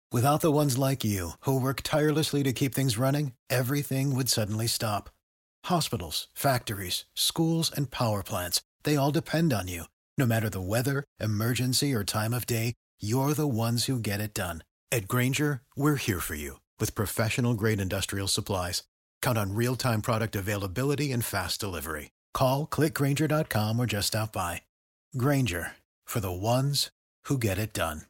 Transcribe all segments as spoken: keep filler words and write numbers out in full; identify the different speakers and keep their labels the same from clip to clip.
Speaker 1: Without the ones like you, who work tirelessly to keep things running, everything would suddenly stop. Hospitals, factories, schools, and power plants, they all depend on you. No matter the weather, emergency, or time of day, you're the ones who get it done. At Grainger, we're here for you with professional-grade industrial supplies. Count on real-time product availability and fast delivery. Call, click grainger dot com or just stop by. Grainger, for the ones who get it done.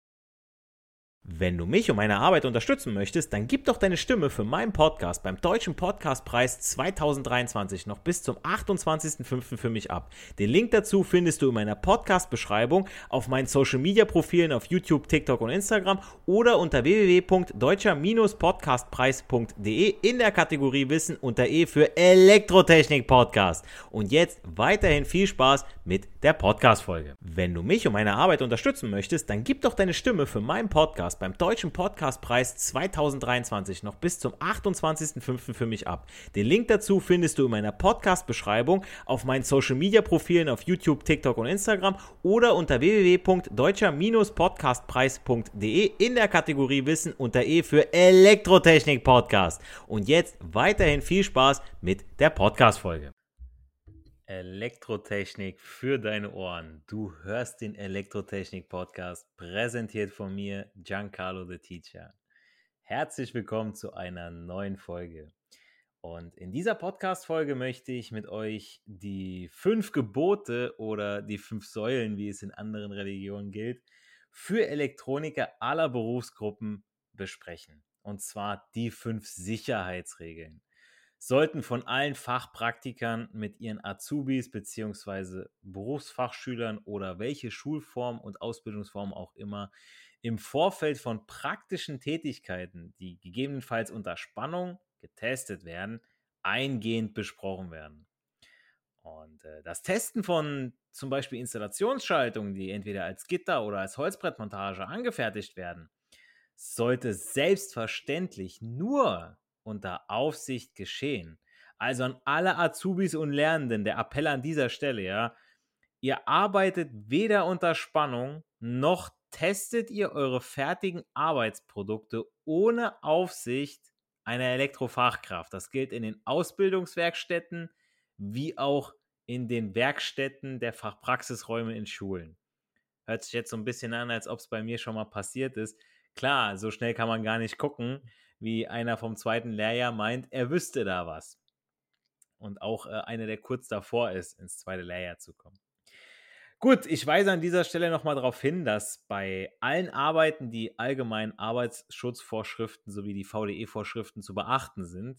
Speaker 2: Wenn du mich und meine Arbeit unterstützen möchtest, dann gib doch deine Stimme für meinen Podcast beim Deutschen Podcastpreis zweitausenddreiundzwanzig noch bis zum achtundzwanzigsten fünften für mich ab. Den Link dazu findest du in meiner Podcast-Beschreibung, auf meinen Social-Media-Profilen auf YouTube, TikTok und Instagram oder unter w w w punkt deutscher podcastpreis punkt d e in der Kategorie Wissen unter E für Elektrotechnik-Podcast. Und jetzt weiterhin viel Spaß mit der Podcast-Folge. Wenn du mich und meine Arbeit unterstützen möchtest, dann gib doch deine Stimme für meinen Podcast beim Deutschen Podcastpreis zweitausenddreiundzwanzig noch bis zum achtundzwanzigsten fünften für mich ab. Den Link dazu findest du in meiner Podcast-Beschreibung, auf meinen Social-Media-Profilen auf YouTube, TikTok und Instagram oder unter w w w punkt deutscher podcastpreis punkt d e in der Kategorie Wissen unter E für Elektrotechnik-Podcast. Und jetzt weiterhin viel Spaß mit der Podcast-Folge. Elektrotechnik für deine Ohren. Du hörst den Elektrotechnik-Podcast, präsentiert von mir, Giancarlo the Teacher. Herzlich willkommen zu einer neuen Folge. Und in dieser Podcast-Folge möchte ich mit euch die fünf Gebote oder die fünf Säulen, wie es in anderen Religionen gilt, für Elektroniker aller Berufsgruppen besprechen. Und zwar die fünf Sicherheitsregeln. Sollten von allen Fachpraktikern mit ihren Azubis bzw. Berufsfachschülern oder welche Schulform und Ausbildungsform auch immer im Vorfeld von praktischen Tätigkeiten, die gegebenenfalls unter Spannung getestet werden, eingehend besprochen werden. Und äh, das Testen von zum Beispiel Installationsschaltungen, die entweder als Gitter- oder als Holzbrettmontage angefertigt werden, sollte selbstverständlich nur unter Aufsicht geschehen. Also an alle Azubis und Lernenden, der Appell an dieser Stelle, ja, ihr arbeitet weder unter Spannung, noch testet ihr eure fertigen Arbeitsprodukte ohne Aufsicht einer Elektrofachkraft. Das gilt in den Ausbildungswerkstätten wie auch in den Werkstätten der Fachpraxisräume in Schulen. Hört sich jetzt so ein bisschen an, als ob es bei mir schon mal passiert ist. Klar, so schnell kann man gar nicht gucken, wie einer vom zweiten Lehrjahr meint, er wüsste da was. Und auch äh, einer, der kurz davor ist, ins zweite Lehrjahr zu kommen. Gut, ich weise an dieser Stelle nochmal darauf hin, dass bei allen Arbeiten die allgemeinen Arbeitsschutzvorschriften sowie die V D E-Vorschriften zu beachten sind.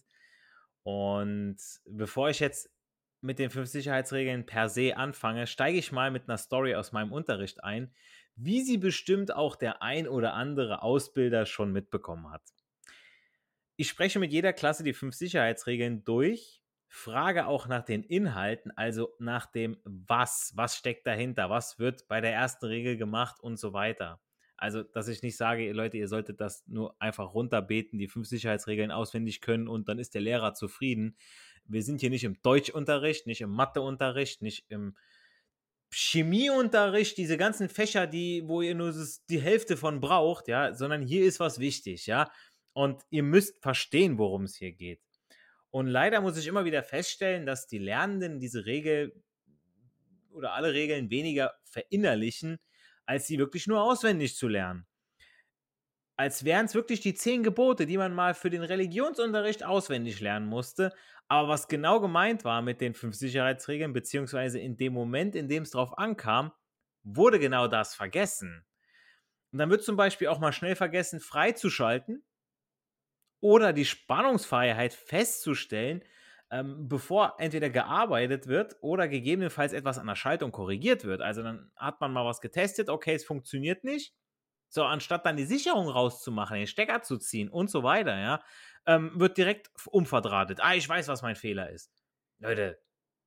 Speaker 2: Und bevor ich jetzt mit den fünf Sicherheitsregeln per se anfange, steige ich mal mit einer Story aus meinem Unterricht ein, wie sie bestimmt auch der ein oder andere Ausbilder schon mitbekommen hat. Ich spreche mit jeder Klasse die fünf Sicherheitsregeln durch, frage auch nach den Inhalten, also nach dem Was, was steckt dahinter, was wird bei der ersten Regel gemacht und so weiter. Also, dass ich nicht sage, Leute, ihr solltet das nur einfach runterbeten, die fünf Sicherheitsregeln auswendig können und dann ist der Lehrer zufrieden. Wir sind hier nicht im Deutschunterricht, nicht im Matheunterricht, nicht im Chemieunterricht, diese ganzen Fächer, die, wo ihr nur die Hälfte von braucht, ja, sondern hier ist was wichtig, ja. Und ihr müsst verstehen, worum es hier geht. Und leider muss ich immer wieder feststellen, dass die Lernenden diese Regel oder alle Regeln weniger verinnerlichen, als sie wirklich nur auswendig zu lernen. Als wären es wirklich die zehn Gebote, die man mal für den Religionsunterricht auswendig lernen musste. Aber was genau gemeint war mit den fünf Sicherheitsregeln, beziehungsweise in dem Moment, in dem es drauf ankam, wurde genau das vergessen. Und dann wird zum Beispiel auch mal schnell vergessen, freizuschalten oder die Spannungsfreiheit festzustellen, ähm, bevor entweder gearbeitet wird oder gegebenenfalls etwas an der Schaltung korrigiert wird. Also dann hat man mal was getestet, okay, es funktioniert nicht. So, anstatt dann die Sicherung rauszumachen, den Stecker zu ziehen und so weiter, ja, ähm, wird direkt umverdrahtet. Ah, ich weiß, was mein Fehler ist. Leute,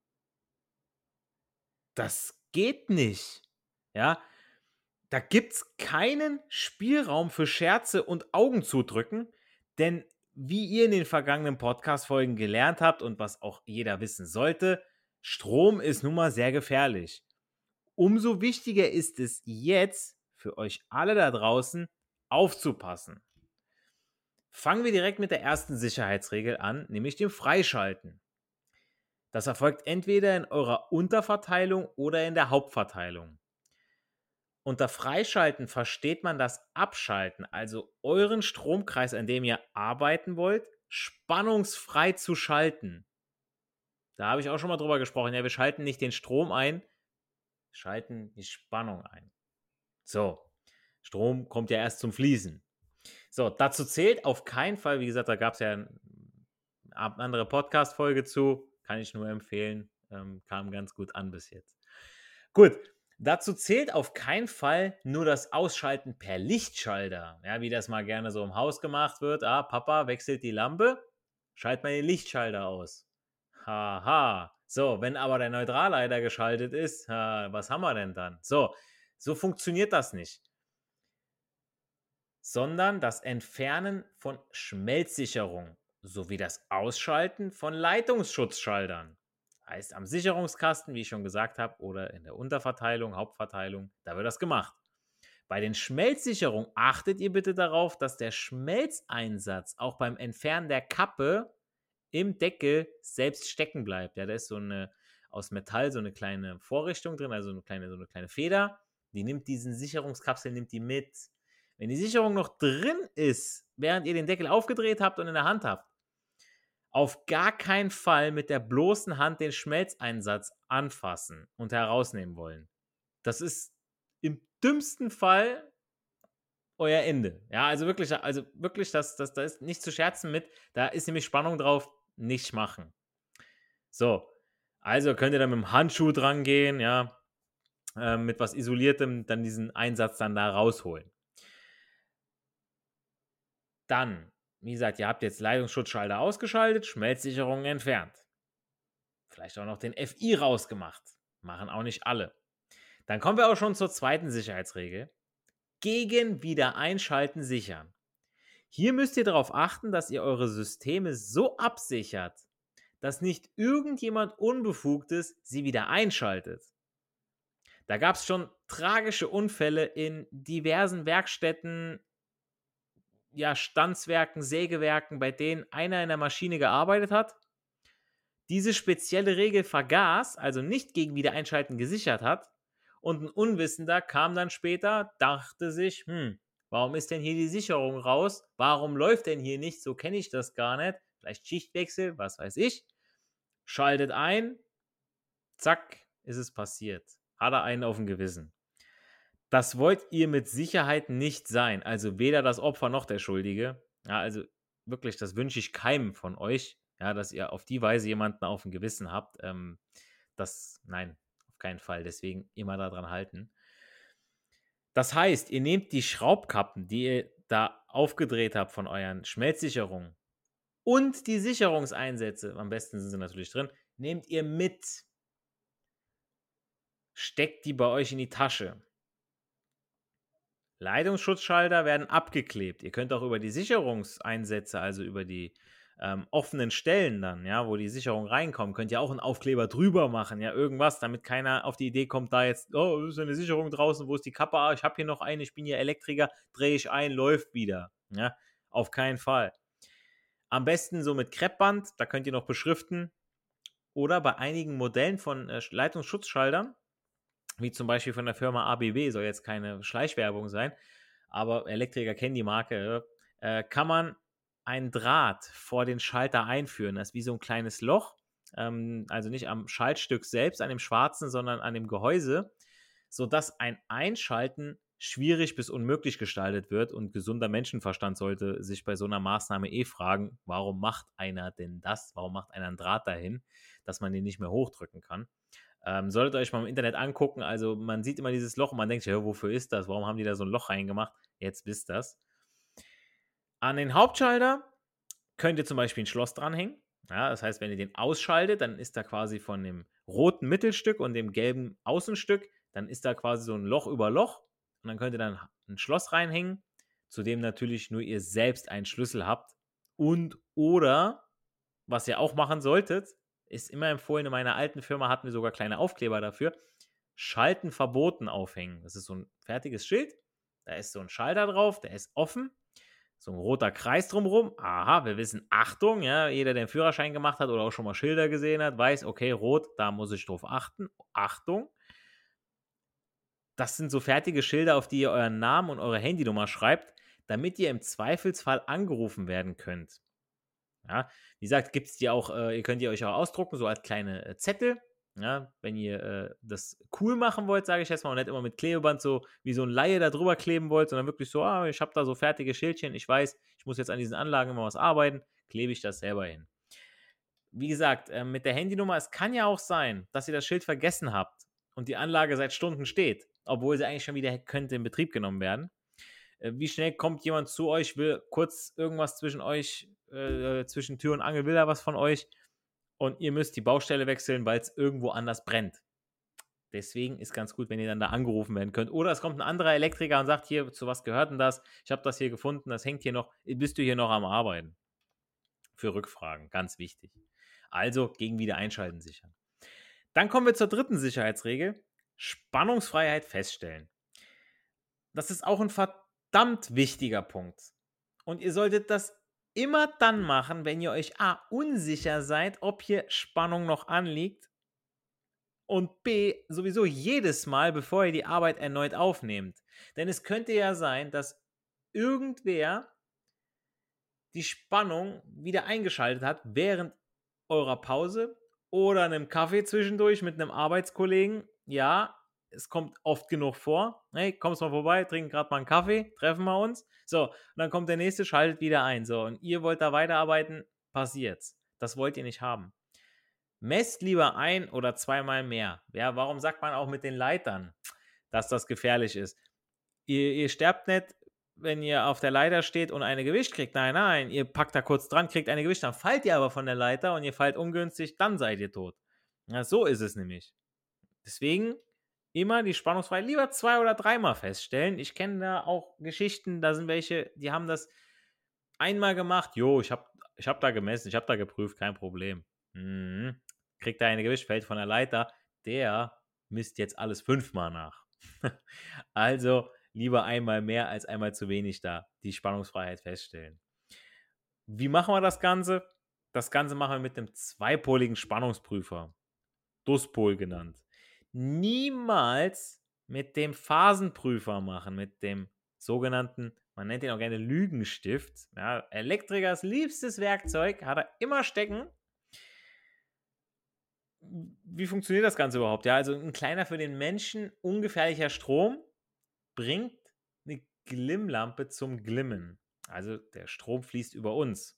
Speaker 2: das geht nicht. Ja, da gibt's keinen Spielraum für Scherze und Augen zudrücken, denn wie ihr in den vergangenen Podcast-Folgen gelernt habt und was auch jeder wissen sollte, Strom ist nun mal sehr gefährlich. Umso wichtiger ist es jetzt für euch alle da draußen, aufzupassen. Fangen wir direkt mit der ersten Sicherheitsregel an, nämlich dem Freischalten. Das erfolgt entweder in eurer Unterverteilung oder in der Hauptverteilung. Unter Freischalten versteht man das Abschalten, also euren Stromkreis, an dem ihr arbeiten wollt, spannungsfrei zu schalten. Da habe ich auch schon mal drüber gesprochen. Ja, wir schalten nicht den Strom ein, wir schalten die Spannung ein. So, Strom kommt ja erst zum Fließen. So, dazu zählt auf keinen Fall, wie gesagt, da gab es ja eine andere Podcast-Folge zu, kann ich nur empfehlen, ähm, kam ganz gut an bis jetzt. Gut, dazu zählt auf keinen Fall nur das Ausschalten per Lichtschalter, ja, wie das mal gerne so im Haus gemacht wird. Ah, Papa wechselt die Lampe, schalt mal den Lichtschalter aus. Haha. So, wenn aber der Neutralleiter geschaltet ist, ha, was haben wir denn dann? So, so funktioniert das nicht. Sondern das Entfernen von Schmelzsicherung sowie das Ausschalten von Leitungsschutzschaltern. Heißt, am Sicherungskasten, wie ich schon gesagt habe, oder in der Unterverteilung, Hauptverteilung, da wird das gemacht. Bei den Schmelzsicherungen achtet ihr bitte darauf, dass der Schmelzeinsatz auch beim Entfernen der Kappe im Deckel selbst stecken bleibt. Ja, da ist so eine aus Metall so eine kleine Vorrichtung drin, also eine kleine, so eine kleine Feder. Die nimmt diesen Sicherungskapsel, nimmt die mit. Wenn die Sicherung noch drin ist, während ihr den Deckel aufgedreht habt und in der Hand habt, auf gar keinen Fall mit der bloßen Hand den Schmelzeinsatz anfassen und herausnehmen wollen. Das ist im dümmsten Fall euer Ende. Ja, also wirklich, also wirklich, das, das, da ist nicht zu scherzen mit, da ist nämlich Spannung drauf, nicht machen. So, also könnt ihr dann mit dem Handschuh dran gehen, ja, äh, mit was Isoliertem dann diesen Einsatz dann da rausholen. Dann, wie gesagt, ihr habt jetzt Leitungsschutzschalter ausgeschaltet, Schmelzsicherungen entfernt. Vielleicht auch noch den F I rausgemacht. Machen auch nicht alle. Dann kommen wir auch schon zur zweiten Sicherheitsregel. Gegen Wiedereinschalten sichern. Hier müsst ihr darauf achten, dass ihr eure Systeme so absichert, dass nicht irgendjemand Unbefugtes sie wieder einschaltet. Da gab es schon tragische Unfälle in diversen Werkstätten, ja, Stanzwerken, Sägewerken, bei denen einer in der Maschine gearbeitet hat, diese spezielle Regel vergaß, also nicht gegen Wiedereinschalten gesichert hat, und ein Unwissender kam dann später, dachte sich, hm, warum ist denn hier die Sicherung raus? Warum läuft denn hier nicht? So kenne ich das gar nicht. Vielleicht Schichtwechsel, was weiß ich. Schaltet ein, zack, ist es passiert. Hat er einen auf dem Gewissen. Das wollt ihr mit Sicherheit nicht sein. Also weder das Opfer noch der Schuldige. Ja, also wirklich, das wünsche ich keinem von euch, ja, dass ihr auf die Weise jemanden auf dem Gewissen habt. Ähm, das, nein, auf keinen Fall. Deswegen immer daran halten. Das heißt, ihr nehmt die Schraubkappen, die ihr da aufgedreht habt von euren Schmelzsicherungen und die Sicherungseinsätze, am besten sind sie natürlich drin, nehmt ihr mit. Steckt die bei euch in die Tasche. Leitungsschutzschalter werden abgeklebt. Ihr könnt auch über die Sicherungseinsätze, also über die ähm, offenen Stellen dann, ja, wo die Sicherung reinkommt, könnt ihr auch einen Aufkleber drüber machen, ja, irgendwas, damit keiner auf die Idee kommt, da jetzt, oh, ist eine Sicherung draußen, wo ist die Kappe? Ah, ich habe hier noch eine, ich bin hier Elektriker, drehe ich ein, läuft wieder. Ja, auf keinen Fall. Am besten so mit Kreppband, da könnt ihr noch beschriften. Oder bei einigen Modellen von äh, Leitungsschutzschaltern, wie zum Beispiel von der Firma A B B, soll jetzt keine Schleichwerbung sein, aber Elektriker kennen die Marke, äh, kann man ein Draht vor den Schalter einführen. Das ist wie so ein kleines Loch, ähm, also nicht am Schaltstück selbst, an dem schwarzen, sondern an dem Gehäuse, sodass ein Einschalten schwierig bis unmöglich gestaltet wird, und gesunder Menschenverstand sollte sich bei so einer Maßnahme eh fragen, warum macht einer denn das? Warum macht einer einen Draht dahin, dass man den nicht mehr hochdrücken kann? Ähm, solltet ihr euch mal im Internet angucken, also man sieht immer dieses Loch und man denkt sich, ja, wofür ist das? Warum haben die da so ein Loch reingemacht? Jetzt wisst ihr das. An den Hauptschalter könnt ihr zum Beispiel ein Schloss dranhängen. Ja, das heißt, wenn ihr den ausschaltet, dann ist da quasi von dem roten Mittelstück und dem gelben Außenstück, dann ist da quasi so ein Loch über Loch, und dann könnt ihr dann ein Schloss reinhängen, zu dem natürlich nur ihr selbst einen Schlüssel habt. Und oder, was ihr auch machen solltet, ist immer empfohlen, in meiner alten Firma hatten wir sogar kleine Aufkleber dafür, Schalten verboten aufhängen. Das ist so ein fertiges Schild, Da ist so ein Schalter drauf, der ist offen, so ein roter Kreis drumherum. Aha, wir wissen, Achtung, ja, jeder, der einen Führerschein gemacht hat oder auch schon mal Schilder gesehen hat, weiß, okay, rot, da muss ich drauf achten. Achtung. Das sind so fertige Schilder, auf die ihr euren Namen und eure Handynummer schreibt, damit ihr im Zweifelsfall angerufen werden könnt. Ja, wie gesagt, gibt es die auch, äh, ihr könnt die euch auch ausdrucken, so als kleine äh, Zettel. Ja, wenn ihr äh, das cool machen wollt, sage ich jetzt mal, und nicht immer mit Klebeband so wie so ein Laie da drüber kleben wollt, sondern wirklich so, ah, ich habe da so fertige Schildchen, ich weiß, ich muss jetzt an diesen Anlagen immer was arbeiten, klebe ich das selber hin. Wie gesagt, äh, mit der Handynummer, es kann ja auch sein, dass ihr das Schild vergessen habt und die Anlage seit Stunden steht, obwohl sie eigentlich schon wieder könnte in Betrieb genommen werden. Äh, wie schnell kommt jemand zu euch, will kurz irgendwas zwischen euch, äh, zwischen Tür und Angel, will er was von euch und ihr müsst die Baustelle wechseln, weil es irgendwo anders brennt. Deswegen ist ganz gut, wenn ihr dann da angerufen werden könnt. Oder es kommt ein anderer Elektriker und sagt, hier, zu was gehört denn das? Ich habe das hier gefunden, das hängt hier noch, bist du hier noch am Arbeiten? Für Rückfragen, ganz wichtig. Also gegen Wiedereinschalten sichern. Dann kommen wir zur dritten Sicherheitsregel. Spannungsfreiheit feststellen. Das ist auch ein verdammt wichtiger Punkt. Und ihr solltet das immer dann machen, wenn ihr euch A, unsicher seid, ob hier Spannung noch anliegt und B, sowieso jedes Mal, bevor ihr die Arbeit erneut aufnehmt. Denn es könnte ja sein, dass irgendwer die Spannung wieder eingeschaltet hat während eurer Pause oder einem Kaffee zwischendurch mit einem Arbeitskollegen. Ja, es kommt oft genug vor. Hey, kommst mal vorbei, trinken gerade mal einen Kaffee, treffen wir uns. So, und dann kommt der nächste, schaltet wieder ein. So, und ihr wollt da weiterarbeiten, passiert's. Das wollt ihr nicht haben. Messt lieber ein oder zweimal mehr. Ja, warum sagt man auch mit den Leitern, dass das gefährlich ist? Ihr, ihr sterbt nicht, wenn ihr auf der Leiter steht und eine Gewicht kriegt. Nein, nein, ihr packt da kurz dran, kriegt eine Gewicht, dann fallt ihr aber von der Leiter und ihr fallt ungünstig, dann seid ihr tot. Ja, so ist es nämlich. Deswegen immer die Spannungsfreiheit lieber zwei- oder dreimal feststellen. Ich kenne da auch Geschichten, da sind welche, die haben das einmal gemacht. Jo, ich habe ich hab da gemessen, ich habe da geprüft, kein Problem. Mhm. Kriegt da eine Gewicht, fällt von der Leiter. Der misst jetzt alles fünfmal nach. Also lieber einmal mehr als einmal zu wenig da die Spannungsfreiheit feststellen. Wie machen wir das Ganze? Das Ganze machen wir mit einem zweipoligen Spannungsprüfer, Duspol genannt. Niemals mit dem Phasenprüfer machen, mit dem sogenannten, man nennt ihn auch gerne Lügenstift. Ja, Elektrikers liebstes Werkzeug, hat er immer stecken. Wie funktioniert das Ganze überhaupt? Ja, also ein kleiner, für den Menschen ungefährlicher Strom bringt eine Glimmlampe zum Glimmen. Also der Strom fließt über uns.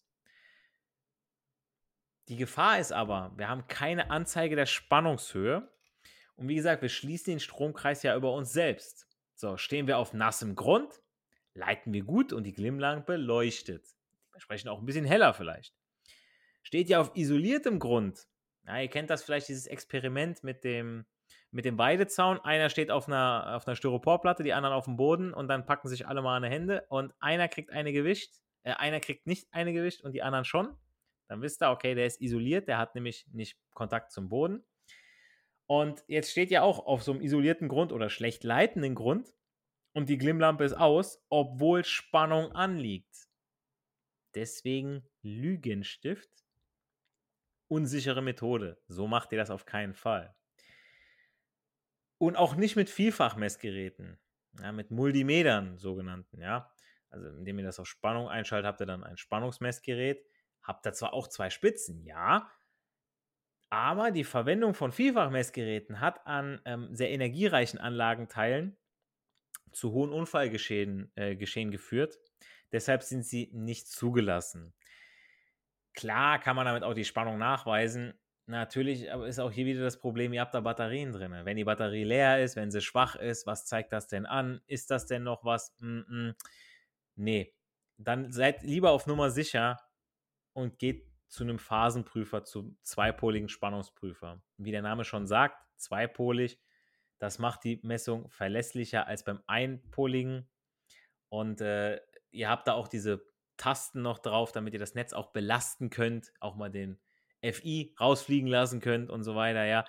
Speaker 2: Die Gefahr ist aber, wir haben keine Anzeige der Spannungshöhe. Und wie gesagt, wir schließen den Stromkreis ja über uns selbst. So, stehen wir auf nassem Grund, leiten wir gut und die Glimmlampe leuchtet. Dementsprechend auch ein bisschen heller vielleicht. Steht ihr auf isoliertem Grund, ja, ihr kennt das vielleicht, dieses Experiment mit dem, mit dem Weidezaun. Einer steht auf einer, auf einer Styroporplatte, die anderen auf dem Boden und dann packen sich alle mal an die Hände und einer kriegt eine Gewicht, äh, einer kriegt nicht eine Gewicht und die anderen schon. Dann wisst ihr, okay, der ist isoliert, der hat nämlich nicht Kontakt zum Boden. Und jetzt steht ja auch auf so einem isolierten Grund oder schlecht leitenden Grund und die Glimmlampe ist aus, obwohl Spannung anliegt. Deswegen Lügenstift. Unsichere Methode. So macht ihr das auf keinen Fall. Und auch nicht mit Vielfachmessgeräten, ja, mit Multimetern sogenannten, ja. Also indem ihr das auf Spannung einschaltet, habt ihr dann ein Spannungsmessgerät. Habt ihr zwar auch zwei Spitzen, ja, aber die Verwendung von Vielfachmessgeräten hat an ähm, sehr energiereichen Anlagenteilen zu hohen Unfallgeschehen äh, Geschehen geführt. Deshalb sind sie nicht zugelassen. Klar kann man damit auch die Spannung nachweisen. Natürlich aber ist auch hier wieder das Problem, ihr habt da Batterien drin. Wenn die Batterie leer ist, wenn sie schwach ist, was zeigt das denn an? Ist das denn noch was? Mm-mm. Nee. Dann seid lieber auf Nummer sicher und geht zu einem Phasenprüfer, zu zweipoligen Spannungsprüfer. Wie der Name schon sagt, zweipolig, das macht die Messung verlässlicher als beim einpoligen. Und äh, ihr habt da auch diese Tasten noch drauf, damit ihr das Netz auch belasten könnt, auch mal den F I rausfliegen lassen könnt und so weiter, ja.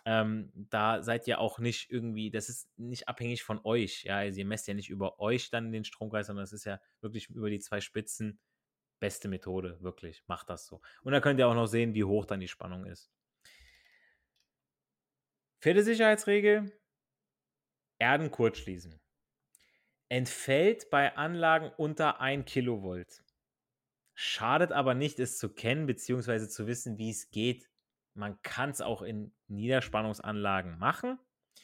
Speaker 2: Ähm, da seid ihr auch nicht irgendwie, das ist nicht abhängig von euch. Ja, also ihr messt ja nicht über euch dann den Stromkreis, sondern es ist ja wirklich über die zwei Spitzen. Beste Methode, wirklich. Macht das so. Und da könnt ihr auch noch sehen, wie hoch dann die Spannung ist. Vierte Sicherheitsregel: Erden kurzschließen. Entfällt bei Anlagen unter ein Kilovolt. Schadet aber nicht, es zu kennen bzw. zu wissen, wie es geht. Man kann es auch in Niederspannungsanlagen machen.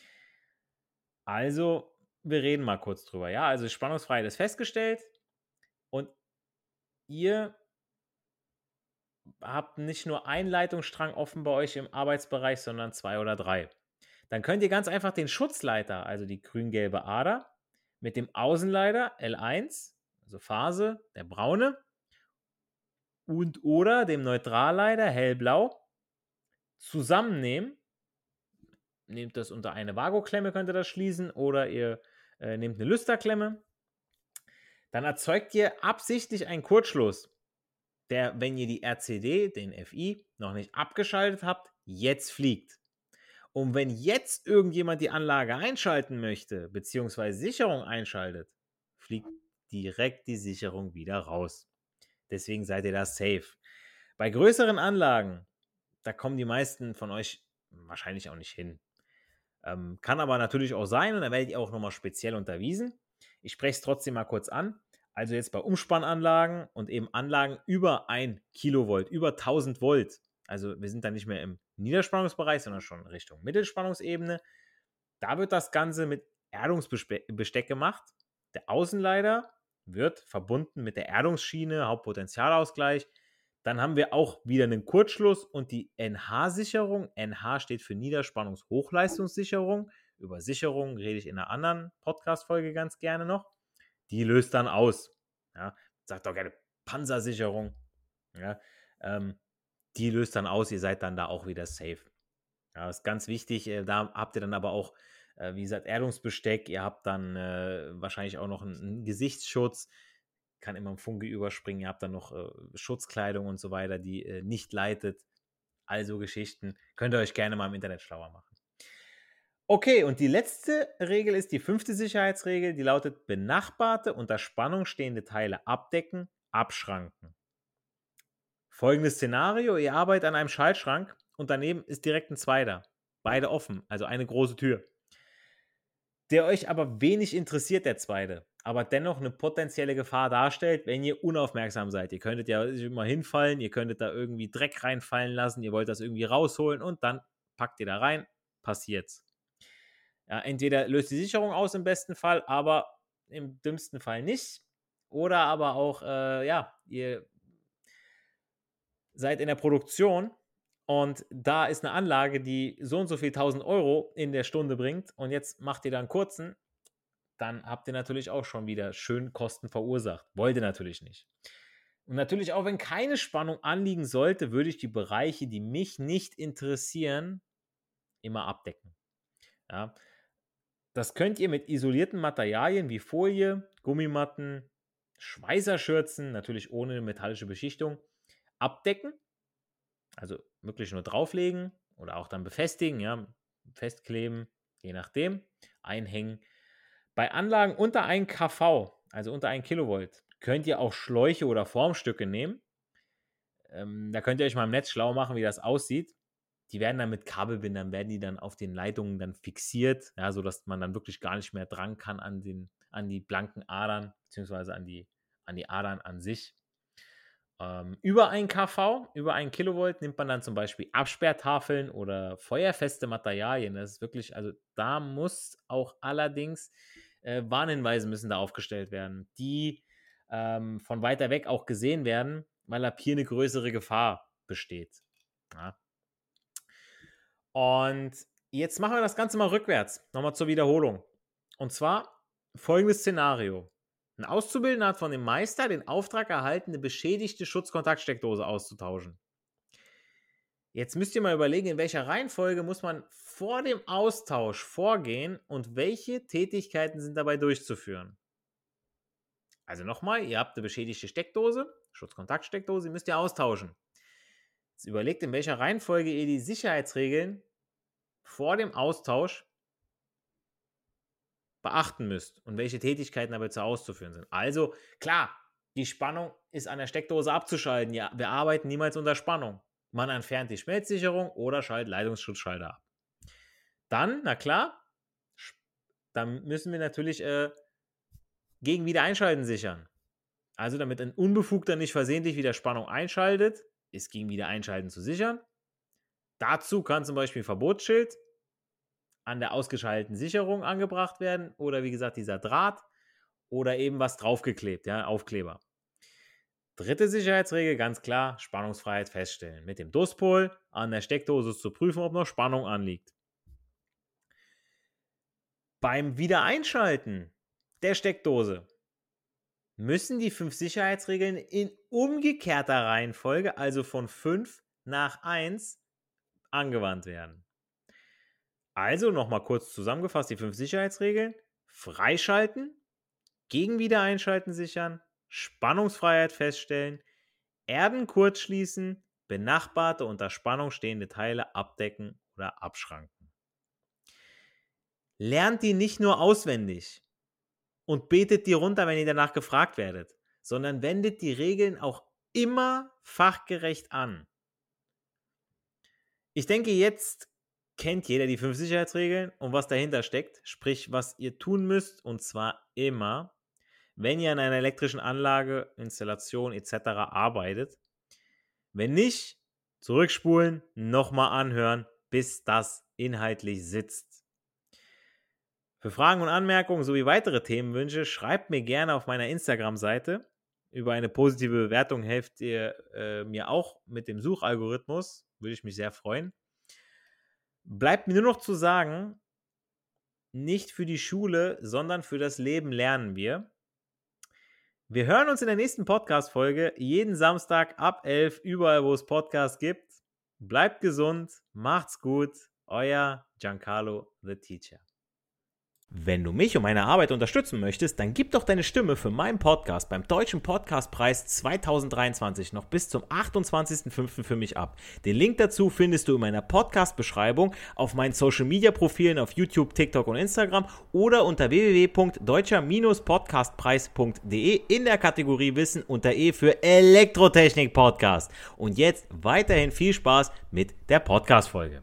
Speaker 2: Also, wir reden mal kurz drüber. Ja, also Spannungsfreiheit ist festgestellt und ihr habt nicht nur einen Leitungsstrang offen bei euch im Arbeitsbereich, sondern zwei oder drei. Dann könnt ihr ganz einfach den Schutzleiter, also die grün-gelbe Ader, mit dem Außenleiter L eins, also Phase, der braune, und oder dem Neutralleiter hellblau zusammennehmen. Nehmt das unter eine Vago-Klemme, könnt ihr das schließen, oder ihr äh, nehmt eine Lüsterklemme. Dann erzeugt ihr absichtlich einen Kurzschluss, der, wenn ihr die R C D, den F I, noch nicht abgeschaltet habt, jetzt fliegt. Und wenn jetzt irgendjemand die Anlage einschalten möchte, beziehungsweise Sicherung einschaltet, fliegt direkt die Sicherung wieder raus. Deswegen seid ihr da safe. Bei größeren Anlagen, da kommen die meisten von euch wahrscheinlich auch nicht hin. Ähm, kann aber natürlich auch sein, und da werdet ihr auch nochmal speziell unterwiesen. Ich spreche es trotzdem mal kurz an. Also jetzt bei Umspannanlagen und eben Anlagen über ein Kilovolt, über tausend Volt. Also wir sind dann nicht mehr im Niederspannungsbereich, sondern schon Richtung Mittelspannungsebene. Da wird das Ganze mit Erdungsbesteck gemacht. Der Außenleiter wird verbunden mit der Erdungsschiene, Hauptpotentialausgleich. Dann haben wir auch wieder einen Kurzschluss und die N H-Sicherung. N H steht für Niederspannungshochleistungssicherung. Über Sicherung rede ich in einer anderen Podcast-Folge ganz gerne noch. Die löst dann aus. Ja, sagt doch gerne Panzersicherung. Ja, ähm, die löst dann aus. Ihr seid dann da auch wieder safe. Ja, das ist ganz wichtig. Äh, da habt ihr dann aber auch, äh, wie gesagt, Erdungsbesteck. Ihr habt dann äh, wahrscheinlich auch noch einen, einen Gesichtsschutz. Kann immer ein Funke überspringen. Ihr habt dann noch äh, Schutzkleidung und so weiter, die äh, nicht leitet. Also Geschichten. Könnt ihr euch gerne mal im Internet schlauer machen. Okay, und die letzte Regel ist die fünfte Sicherheitsregel. Die lautet: benachbarte, unter Spannung stehende Teile abdecken, abschranken. Folgendes Szenario: Ihr arbeitet an einem Schaltschrank und daneben ist direkt ein zweiter. Beide offen, also eine große Tür. Der euch aber wenig interessiert, der zweite, aber dennoch eine potenzielle Gefahr darstellt, wenn ihr unaufmerksam seid. Ihr könntet ja immer hinfallen, ihr könntet da irgendwie Dreck reinfallen lassen, ihr wollt das irgendwie rausholen und dann packt ihr da rein, passiert's. Ja, entweder löst die Sicherung aus im besten Fall, aber im dümmsten Fall nicht. Oder aber auch, äh, ja, ihr seid in der Produktion und da ist eine Anlage, die so und so viel tausend Euro in der Stunde bringt und jetzt macht ihr da einen kurzen, dann habt ihr natürlich auch schon wieder schön Kosten verursacht. Wollt ihr natürlich nicht. Und natürlich auch, wenn keine Spannung anliegen sollte, würde ich die Bereiche, die mich nicht interessieren, immer abdecken. Ja. Das könnt ihr mit isolierten Materialien wie Folie, Gummimatten, Schweißerschürzen, natürlich ohne metallische Beschichtung, abdecken. Also wirklich nur drauflegen oder auch dann befestigen, ja, festkleben, je nachdem, einhängen. Bei Anlagen unter ein Kilovolt, also unter ein Kilovolt, könnt ihr auch Schläuche oder Formstücke nehmen. Ähm, da könnt ihr euch mal im Netz schlau machen, wie das aussieht. Die werden dann mit Kabelbindern, werden die dann auf den Leitungen dann fixiert, ja, sodass man dann wirklich gar nicht mehr dran kann an, den, an die blanken Adern, beziehungsweise an die, an die Adern an sich. Ähm, über ein Kilovolt, über ein Kilovolt nimmt man dann zum Beispiel Absperrtafeln oder feuerfeste Materialien. Das ist wirklich, also da muss auch allerdings äh, Warnhinweise müssen da aufgestellt werden, die ähm, von weiter weg auch gesehen werden, weil ab hier eine größere Gefahr besteht. Ja. Und jetzt machen wir das Ganze mal rückwärts, nochmal zur Wiederholung. Und zwar folgendes Szenario. Ein Auszubildender hat von dem Meister den Auftrag erhalten, eine beschädigte Schutzkontaktsteckdose auszutauschen. Jetzt müsst ihr mal überlegen, in welcher Reihenfolge muss man vor dem Austausch vorgehen und welche Tätigkeiten sind dabei durchzuführen. Also nochmal, ihr habt eine beschädigte Steckdose, Schutzkontaktsteckdose, die müsst ihr austauschen. Jetzt überlegt, in welcher Reihenfolge ihr die Sicherheitsregeln vor dem Austausch beachten müsst und welche Tätigkeiten dabei zu auszuführen sind. Also klar, die Spannung ist an der Steckdose abzuschalten. Ja, wir arbeiten niemals unter Spannung. Man entfernt die Schmelzsicherung oder schaltet Leitungsschutzschalter ab. Dann, na klar, dann müssen wir natürlich äh, gegen Wiedereinschalten sichern. Also damit ein Unbefugter nicht versehentlich wieder Spannung einschaltet, ist gegen Wiedereinschalten zu sichern. Dazu kann zum Beispiel ein Verbotsschild an der ausgeschalteten Sicherung angebracht werden oder wie gesagt dieser Draht oder eben was draufgeklebt, ja, Aufkleber. Dritte Sicherheitsregel, ganz klar, Spannungsfreiheit feststellen. Mit dem D U S-Pol an der Steckdose zu prüfen, ob noch Spannung anliegt. Beim Wiedereinschalten der Steckdose müssen die fünf Sicherheitsregeln in umgekehrter Reihenfolge, also von fünf nach eins, angewandt werden. Also nochmal kurz zusammengefasst, die fünf Sicherheitsregeln: Freischalten, gegen Wiedereinschalten sichern, Spannungsfreiheit feststellen, Erden kurzschließen, benachbarte unter Spannung stehende Teile abdecken oder abschranken. Lernt die nicht nur auswendig und betet die runter, wenn ihr danach gefragt werdet, sondern wendet die Regeln auch immer fachgerecht an. Ich denke, jetzt kennt jeder die fünf Sicherheitsregeln und was dahinter steckt, sprich, was ihr tun müsst, und zwar immer, wenn ihr an einer elektrischen Anlage, Installation et cetera arbeitet. Wenn nicht, zurückspulen, nochmal anhören, bis das inhaltlich sitzt. Für Fragen und Anmerkungen sowie weitere Themenwünsche schreibt mir gerne auf meiner Instagram-Seite. Über eine positive Bewertung helft ihr äh, mir auch mit dem Suchalgorithmus. Würde ich mich sehr freuen. Bleibt mir nur noch zu sagen, nicht für die Schule, sondern für das Leben lernen wir. Wir hören uns in der nächsten Podcast-Folge jeden Samstag ab elf, überall wo es Podcasts gibt. Bleibt gesund, macht's gut, euer Giancarlo the Teacher. Wenn du mich und meine Arbeit unterstützen möchtest, dann gib doch deine Stimme für meinen Podcast beim Deutschen Podcastpreis zwanzig dreiundzwanzig noch bis zum achtundzwanzigsten fünften für mich ab. Den Link dazu findest du in meiner Podcast-Beschreibung, auf meinen Social-Media-Profilen auf YouTube, TikTok und Instagram oder unter w w w punkt deutscher podcastpreis punkt d e in der Kategorie Wissen unter E für Elektrotechnik-Podcast. Und jetzt weiterhin viel Spaß mit der Podcast-Folge.